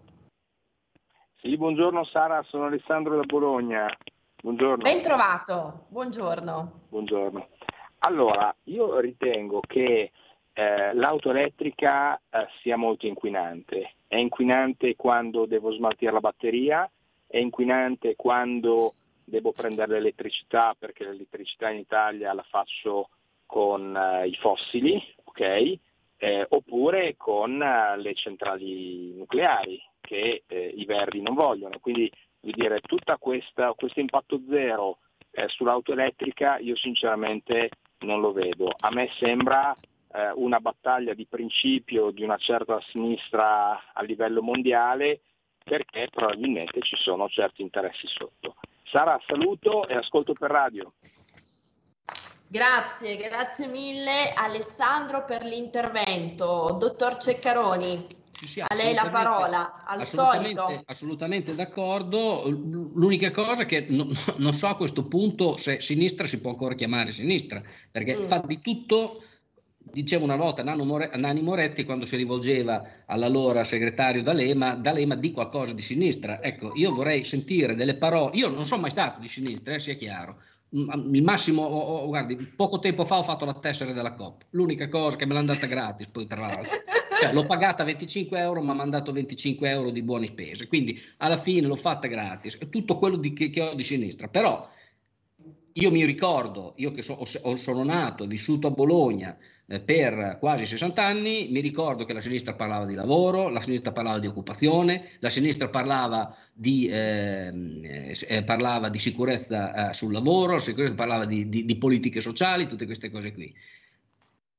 Speaker 9: Sì, buongiorno Sara, sono Alessandro da Bologna. Buongiorno.
Speaker 3: Ben trovato, buongiorno.
Speaker 9: Buongiorno. Allora, io ritengo che eh, l'auto elettrica eh, sia molto inquinante. È inquinante quando devo smaltire la batteria, è inquinante quando devo prendere l'elettricità, perché l'elettricità in Italia la faccio con eh, i fossili, ok? Eh, oppure con eh, le centrali nucleari, che eh, i verdi non vogliono. Quindi vuol dire tutta questa, questo impatto zero eh, sull'auto elettrica io sinceramente non lo vedo. A me sembra eh, una battaglia di principio di una certa sinistra a livello mondiale, perché probabilmente ci sono certi interessi sotto. Sara, saluto e ascolto per radio.
Speaker 3: Grazie, grazie mille Alessandro per l'intervento. Dottor Ceccaroni, a lei la parola, al
Speaker 4: assolutamente,
Speaker 3: solito.
Speaker 4: Assolutamente d'accordo, l'unica cosa che no, non so a questo punto se sinistra si può ancora chiamare sinistra, perché mm. fa di tutto, dicevo una volta Nanni Moretti quando si rivolgeva all'allora segretario D'Alema, D'Alema di qualcosa di sinistra. Ecco, io vorrei sentire delle parole, io non sono mai stato di sinistra, eh, sia chiaro. Il massimo, oh, oh, guardi, poco tempo fa ho fatto la tessera della Coop, l'unica cosa che me l'hanno data gratis, poi tra l'altro, cioè, l'ho pagata venticinque euro, ma mi hanno dato venticinque euro di buone spese, quindi alla fine l'ho fatta gratis, è tutto quello di, che, che ho di sinistra. Però io mi ricordo, io che so, ho, sono nato e vissuto a Bologna eh, per quasi sessanta anni, mi ricordo che la sinistra parlava di lavoro, la sinistra parlava di occupazione, la sinistra parlava di, eh, eh, parlava di sicurezza eh, sul lavoro, la sinistra parlava di, di, di politiche sociali, tutte queste cose qui.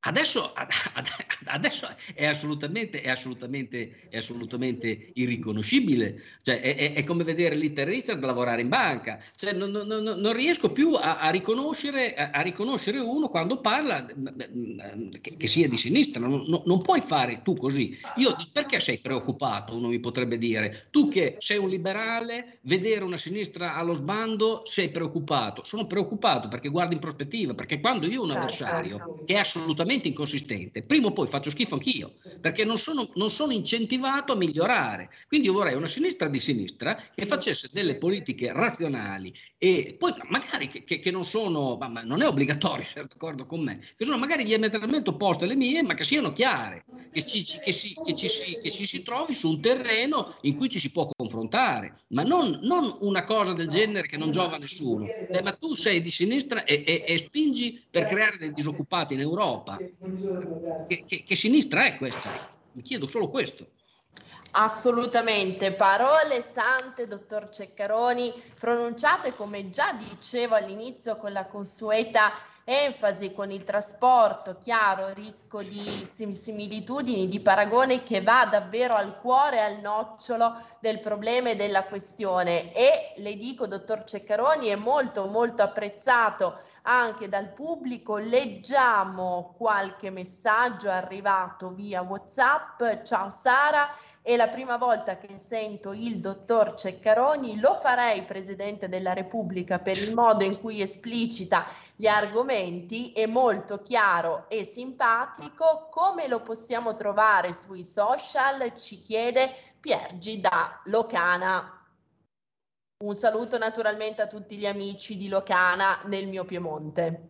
Speaker 4: Adesso, adesso è, assolutamente, è, assolutamente, è assolutamente irriconoscibile, cioè è, è, è come vedere Little Richard lavorare in banca, cioè non, non, non riesco più a, a, riconoscere, a, a riconoscere uno quando parla che, che sia di sinistra, non, non, non puoi fare tu così. Io, perché sei preoccupato? Uno mi potrebbe dire, tu che sei un liberale, vedere una sinistra allo sbando sei preoccupato. Sono preoccupato perché guardo in prospettiva, perché quando io ho un certo. avversario che è assolutamente inconsistente, prima o poi faccio schifo anch'io, perché non sono, non sono incentivato a migliorare. Quindi io vorrei una sinistra di sinistra che facesse delle politiche razionali e poi magari che, che, che non sono, ma non è obbligatorio, sei d'accordo con me, che sono magari diametralmente opposte alle mie, ma che siano chiare, che ci, che si, che ci, si, che ci si trovi su un terreno in cui ci si può confrontare, ma non, non una cosa del genere che non giova a nessuno. Beh, ma tu sei di sinistra e, e, e spingi per creare dei disoccupati in Europa. Che, che, che sinistra è questa? Mi chiedo solo questo.
Speaker 3: Assolutamente, parole sante, dottor Ceccaroni, pronunciate, come già dicevo all'inizio, con la consueta enfasi, con il trasporto chiaro, ricco di similitudini, di paragone, che va davvero al cuore, al nocciolo del problema e della questione. E le dico, dottor Ceccaroni, è molto molto apprezzato anche dal pubblico. Leggiamo qualche messaggio arrivato via WhatsApp. Ciao Sara, è la prima volta che sento il dottor Ceccaroni, lo farei Presidente della Repubblica per il modo in cui esplicita gli argomenti, è molto chiaro e simpatico. Come lo possiamo trovare sui social? Ci chiede Piergi da Locana. Un saluto naturalmente a tutti gli amici di Locana nel mio Piemonte.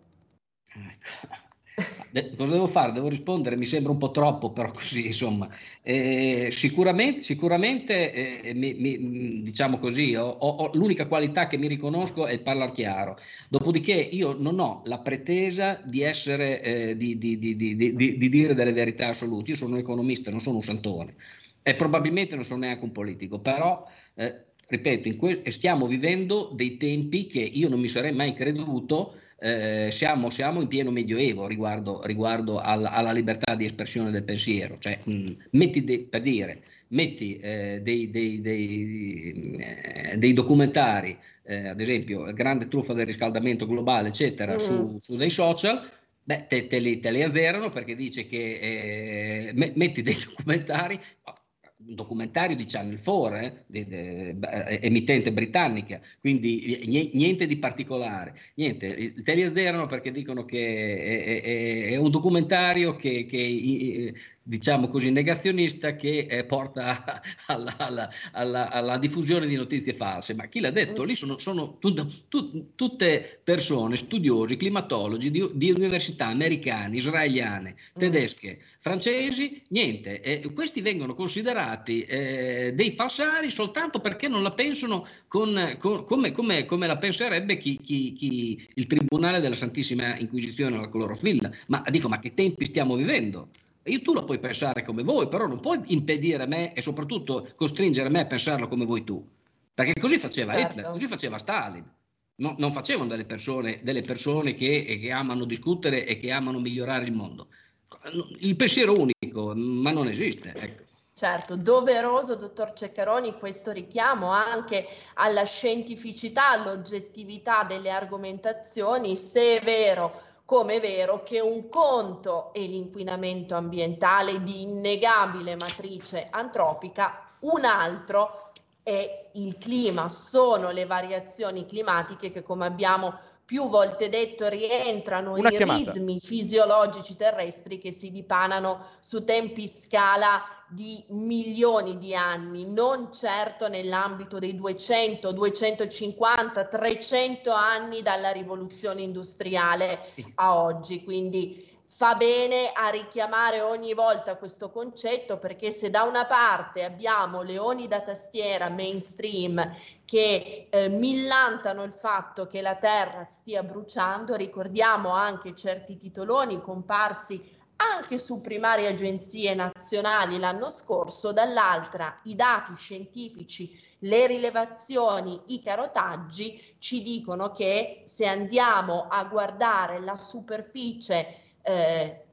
Speaker 4: Cosa devo fare? Devo rispondere? Mi sembra un po' troppo, però così, insomma. Eh, sicuramente, sicuramente eh, mi, mi, diciamo così, ho, ho, l'unica qualità che mi riconosco è il parlare chiaro. Dopodiché io non ho la pretesa di essere, eh, di, di, di, di, di, di dire delle verità assolute. Io sono un economista, non sono un santone e probabilmente non sono neanche un politico, però eh, ripeto, in que- stiamo vivendo dei tempi che io non mi sarei mai creduto. Eh, siamo, siamo in pieno medioevo riguardo, riguardo al, alla libertà di espressione del pensiero, cioè mh, metti de, per dire, metti eh, dei, dei, dei, eh, dei documentari, eh, ad esempio grande truffa del riscaldamento globale, eccetera, mm. su, su dei social. Beh, te, te, li, te li azzerano perché dice che eh, me, metti dei documentari, un documentario di Channel quattro, eh, de, de, de, emittente britannica, quindi niente di particolare, niente, te li azzerano perché dicono che è, è, è un documentario che, che diciamo così negazionista, che eh, porta alla, alla, alla, alla diffusione di notizie false. Ma chi l'ha detto? Lì sono, sono tut, tut, tutte persone, studiosi, climatologi di, di università americane, israeliane, tedesche, francesi, niente, eh, questi vengono considerati eh, dei falsari soltanto perché non la pensano con, con, come, come, come la penserebbe chi, chi, chi il Tribunale della Santissima Inquisizione alla clorofilla. Ma dico, ma che tempi stiamo vivendo? Io, tu la puoi pensare come vuoi, però non puoi impedire a me e soprattutto costringere me a pensarla come vuoi tu, perché così faceva certo. Hitler, così faceva Stalin. No, non facevano delle persone, delle persone che, che amano discutere e che amano migliorare il mondo. Il pensiero unico, ma non esiste, ecco.
Speaker 3: Certo, doveroso, dottor Ceccaroni, questo richiamo anche alla scientificità, all'oggettività delle argomentazioni, se è vero, come è vero che un conto è l'inquinamento ambientale di innegabile matrice antropica, un altro è il clima, sono le variazioni climatiche che, come abbiamo più volte detto, rientrano in ritmi fisiologici terrestri che si dipanano su tempi scala di milioni di anni, non certo nell'ambito dei duecento, duecentocinquanta, trecento anni dalla rivoluzione industriale a oggi. Quindi fa bene a richiamare ogni volta questo concetto, perché se da una parte abbiamo leoni da tastiera mainstream che eh, millantano il fatto che la terra stia bruciando, ricordiamo anche certi titoloni comparsi anche su primarie agenzie nazionali l'anno scorso, dall'altra i dati scientifici, le rilevazioni, i carotaggi ci dicono che se andiamo a guardare la superficie eh,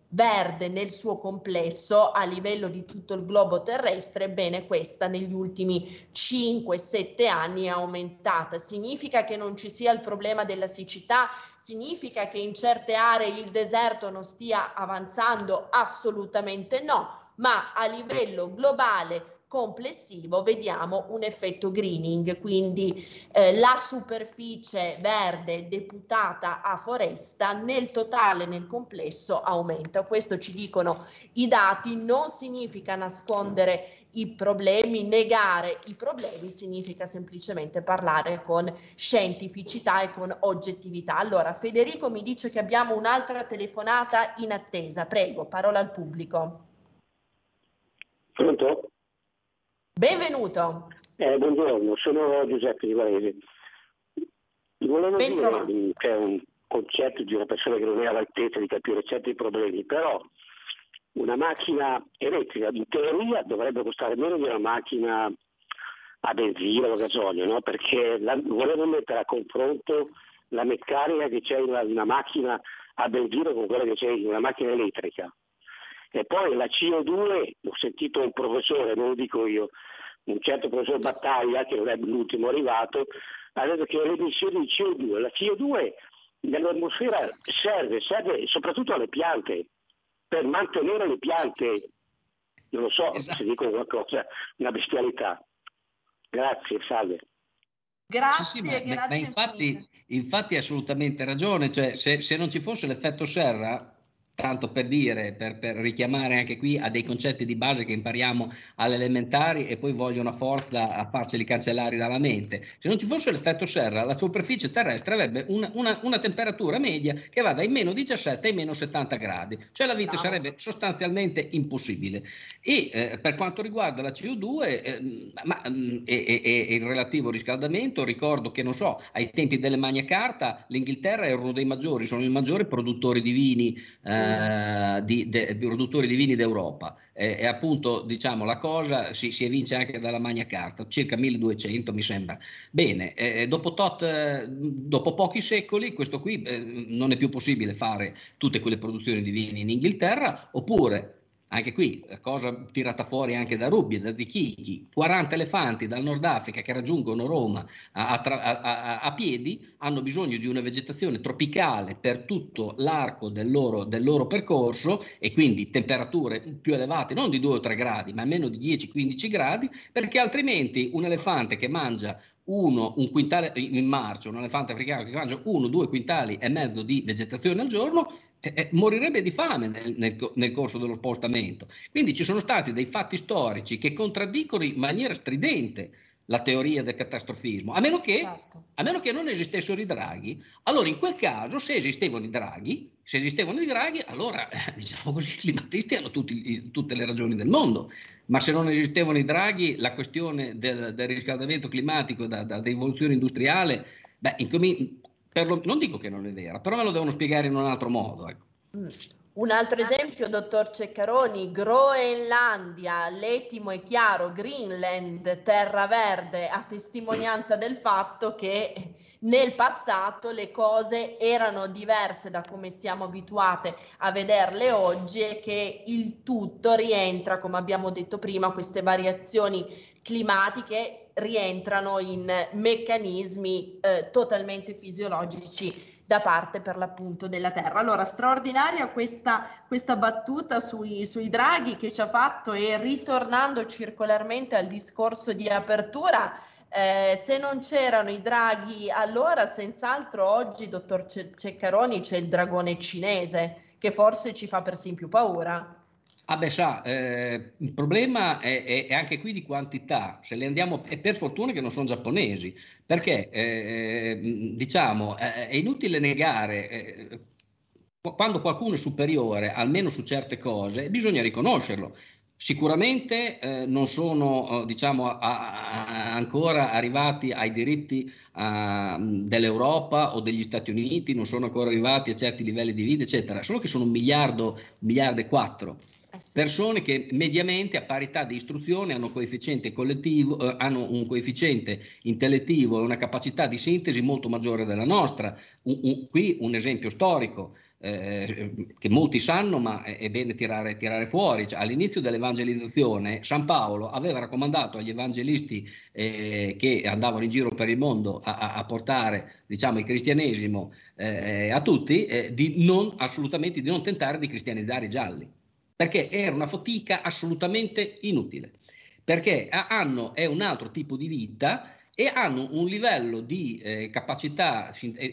Speaker 3: verde nel suo complesso a livello di tutto il globo terrestre, ebbene questa negli ultimi cinque sette anni è aumentata. Significa che non ci sia il problema della siccità? Significa che in certe aree il deserto non stia avanzando? Assolutamente no, ma a livello globale complessivo vediamo un effetto greening, quindi eh, la superficie verde deputata a foresta nel totale, nel complesso aumenta. Questo ci dicono i dati, non significa nascondere i problemi, negare i problemi, significa semplicemente parlare con scientificità e con oggettività. Allora Federico mi dice che abbiamo un'altra telefonata in attesa, prego, parola al pubblico.
Speaker 10: Pronto?
Speaker 3: Benvenuto.
Speaker 10: Eh, buongiorno, sono Giuseppe di Varese. Volevo
Speaker 3: Ben
Speaker 10: dire
Speaker 3: trovato.
Speaker 10: che è un concetto di una persona che non è all'altezza di capire certi problemi, però una macchina elettrica in teoria dovrebbe costare meno di una macchina a benzina o a gasolio, no? Perché la, volevo mettere a confronto la meccanica che c'è in una, una macchina a benzina con quella che c'è in una macchina elettrica. E poi la C O due, ho sentito un professore, non lo dico io, un certo professor Battaglia, che non è l'ultimo arrivato, ha detto che le emissioni di C O due, la C O due nell'atmosfera serve, serve soprattutto alle piante, per mantenere le piante, non lo so, esatto. Se dico qualcosa, una bestialità. Grazie, salve.
Speaker 3: Grazie,
Speaker 4: sì, sì, ma,
Speaker 3: grazie.
Speaker 4: Ma infatti, infatti hai assolutamente ragione, cioè se, se non ci fosse l'effetto serra, tanto per dire, per, per richiamare anche qui a dei concetti di base che impariamo alle elementari e poi vogliono a forza a farceli cancellare dalla mente. Se non ci fosse l'effetto serra, la superficie terrestre avrebbe una, una, una temperatura media che va dai meno diciassette ai meno settanta gradi, cioè la vita no. sarebbe sostanzialmente impossibile. E eh, per quanto riguarda la C O due eh, ma, e, e, e il relativo riscaldamento, ricordo che, non so, ai tempi delle Magna Carta l'Inghilterra era uno dei maggiori, sono i maggiori produttori di vini eh, Uh, di, de, di produttori di vini d'Europa e, e appunto diciamo la cosa si, si evince anche dalla Magna Carta, circa milleduecento mi sembra. Bene, eh, dopo, tot, eh, dopo pochi secoli questo qui eh, non è più possibile fare tutte quelle produzioni di vini in Inghilterra, oppure anche qui, cosa tirata fuori anche da Rubbia, da Zichichi, quaranta elefanti dal Nord Africa che raggiungono Roma a, a, a, a piedi hanno bisogno di una vegetazione tropicale per tutto l'arco del loro, del loro percorso e quindi temperature più elevate, non di due o tre gradi, ma almeno di dieci quindici gradi, perché altrimenti un elefante che mangia uno, un quintale in marcia, un elefante africano che mangia uno, due quintali e mezzo di vegetazione al giorno, Eh, morirebbe di fame nel, nel, nel corso dello spostamento. Quindi ci sono stati dei fatti storici che contraddicono in maniera stridente la teoria del catastrofismo, a meno che, certo. a meno che non esistessero i draghi. Allora in quel caso, se esistevano i draghi, se esistevano i draghi, allora eh, diciamo così, i climatisti hanno tutti, tutte le ragioni del mondo. Ma se non esistevano i draghi, la questione del, del riscaldamento climatico da, da, da evoluzione industriale, beh, incomin- Per lo, non dico che non è vera, però me lo devono spiegare in un altro modo. Ecco.
Speaker 3: Mm. Un altro esempio, dottor Ceccaroni, Groenlandia, l'etimo è chiaro, Greenland, terra verde, a testimonianza del fatto che nel passato le cose erano diverse da come siamo abituate a vederle oggi e che il tutto rientra, come abbiamo detto prima, queste variazioni climatiche rientrano in meccanismi eh, totalmente fisiologici da parte per l'appunto della Terra. Allora, straordinaria questa, questa battuta sui, sui draghi che ci ha fatto, e ritornando circolarmente al discorso di apertura, eh, se non c'erano i draghi allora, senz'altro oggi, dottor Ceccaroni, c'è il dragone cinese, che forse ci fa persino più paura.
Speaker 4: Ah beh, sa, eh, il problema è, è, è anche qui di quantità, se le andiamo, e per fortuna che non sono giapponesi, perché eh, diciamo è inutile negare, eh, quando qualcuno è superiore, almeno su certe cose, bisogna riconoscerlo. Sicuramente eh, non sono eh, diciamo, a, a, ancora arrivati ai diritti a, dell'Europa o degli Stati Uniti, non sono ancora arrivati a certi livelli di vita, eccetera, solo che sono un miliardo, un miliardo e quattro. Persone che mediamente a parità di istruzione hanno un coefficiente collettivo, eh, hanno un coefficiente intellettivo e una capacità di sintesi molto maggiore della nostra. Un, un, qui un esempio storico. eh, che molti sanno, ma è, è bene tirare, tirare fuori. Cioè, all'inizio dell'evangelizzazione San Paolo aveva raccomandato agli evangelisti eh, che andavano in giro per il mondo a, a portare, diciamo, il cristianesimo eh, a tutti, eh, di non assolutamente di non tentare di cristianizzare i gialli, perché era una fatica assolutamente inutile, perché hanno è un altro tipo di vita e hanno un livello di eh, capacità eh,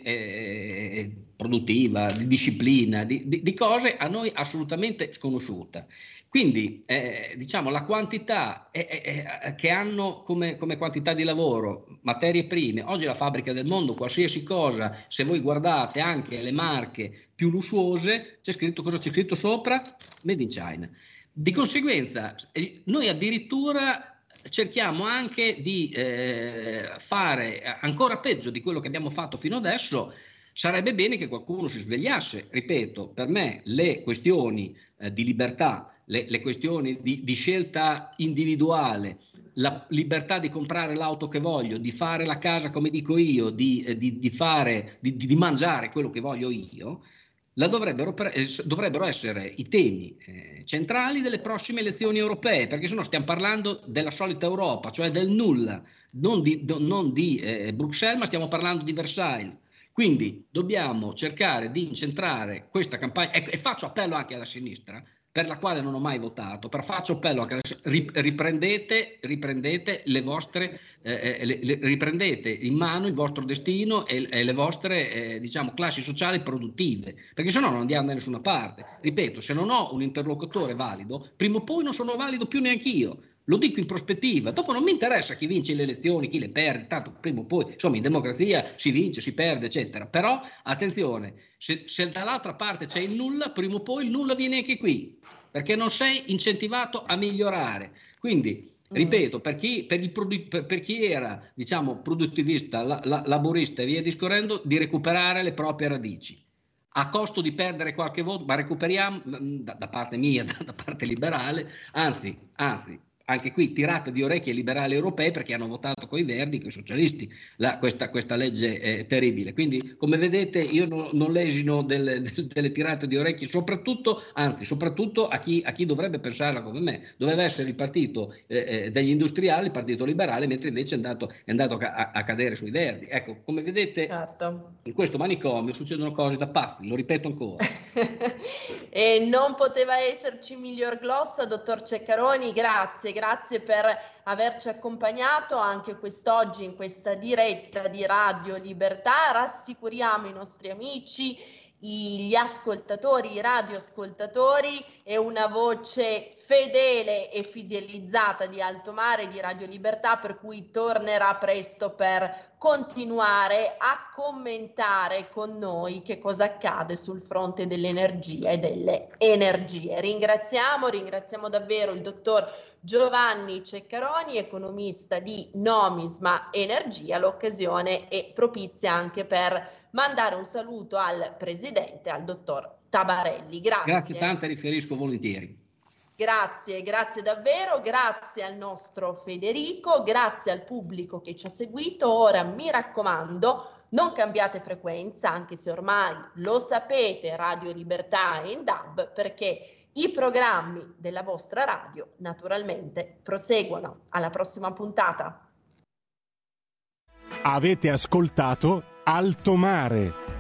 Speaker 4: eh, produttiva, di disciplina, di, di, di cose a noi assolutamente sconosciuta. Quindi eh, diciamo la quantità eh, eh, che hanno come, come quantità di lavoro, materie prime, oggi la fabbrica del mondo, qualsiasi cosa, se voi guardate anche le marche più lussuose, c'è scritto cosa c'è scritto sopra? Made in China. Di conseguenza noi addirittura cerchiamo anche di eh, fare ancora peggio di quello che abbiamo fatto fino adesso. Sarebbe bene che qualcuno si svegliasse. Ripeto, per me le questioni eh, di libertà, le, le questioni di, di scelta individuale, la libertà di comprare l'auto che voglio, di fare la casa come dico io, di, eh, di, di, fare, di, di mangiare quello che voglio io, la dovrebbero, dovrebbero essere i temi eh, centrali delle prossime elezioni europee, perché sennò stiamo parlando della solita Europa, cioè del nulla, non di, non di eh, Bruxelles, ma stiamo parlando di Versailles. Quindi dobbiamo cercare di incentrare questa campagna, e, e faccio appello anche alla sinistra, per la quale non ho mai votato, però faccio appello a riprendete, riprendete le vostre, eh, le, le, riprendete in mano il vostro destino e, e le vostre eh, diciamo classi sociali produttive, perché sennò non andiamo da nessuna parte. Ripeto, se non ho un interlocutore valido, prima o poi non sono valido più neanche io. Lo dico in prospettiva, dopo non mi interessa chi vince le elezioni, chi le perde, tanto prima o poi, insomma, in democrazia si vince, si perde, eccetera. Però, attenzione, se, se dall'altra parte c'è il nulla, prima o poi il nulla viene anche qui, perché non sei incentivato a migliorare. Quindi, ripeto, per chi, per il produ- per, per chi era, diciamo, produttivista, la, la, laborista e via discorrendo, di recuperare le proprie radici. A costo di perdere qualche voto, ma recuperiamo, da, da parte mia, da, da parte liberale, anzi, anzi, anche qui tirata di orecchie liberali europei, perché hanno votato coi verdi, coi socialisti, la, questa, questa legge eh, terribile. Quindi, come vedete, io no, non lesino delle, delle tirate di orecchie, soprattutto, anzi, soprattutto a chi, a chi dovrebbe pensarla come me. Doveva essere il partito eh, eh, degli industriali, il partito liberale, mentre invece è andato, è andato a, a cadere sui verdi. Ecco, come vedete, certo, in questo manicomio succedono cose da pazzi, lo ripeto ancora.
Speaker 3: E non poteva esserci miglior glossa, dottor Ceccaroni, grazie. Grazie per averci accompagnato anche quest'oggi in questa diretta di Radio Libertà. Rassicuriamo i nostri amici, gli ascoltatori, i radioascoltatori, è una voce fedele e fidelizzata di Alto Mare, di Radio Libertà, per cui tornerà presto per continuare a commentare con noi che cosa accade sul fronte dell'energia e delle energie. Ringraziamo, ringraziamo davvero il dottor Giovanni Ceccaroni, economista di Nomisma Energia. L'occasione è propizia anche per mandare un saluto al presidente, al dottor Tabarelli. Grazie.
Speaker 4: Grazie tante, riferisco volentieri.
Speaker 3: Grazie, grazie davvero, grazie al nostro Federico, grazie al pubblico che ci ha seguito. Ora mi raccomando, non cambiate frequenza, anche se ormai lo sapete, Radio Libertà è in D A B, perché i programmi della vostra radio naturalmente proseguono. Alla prossima puntata.
Speaker 1: Avete ascoltato Alto Mare.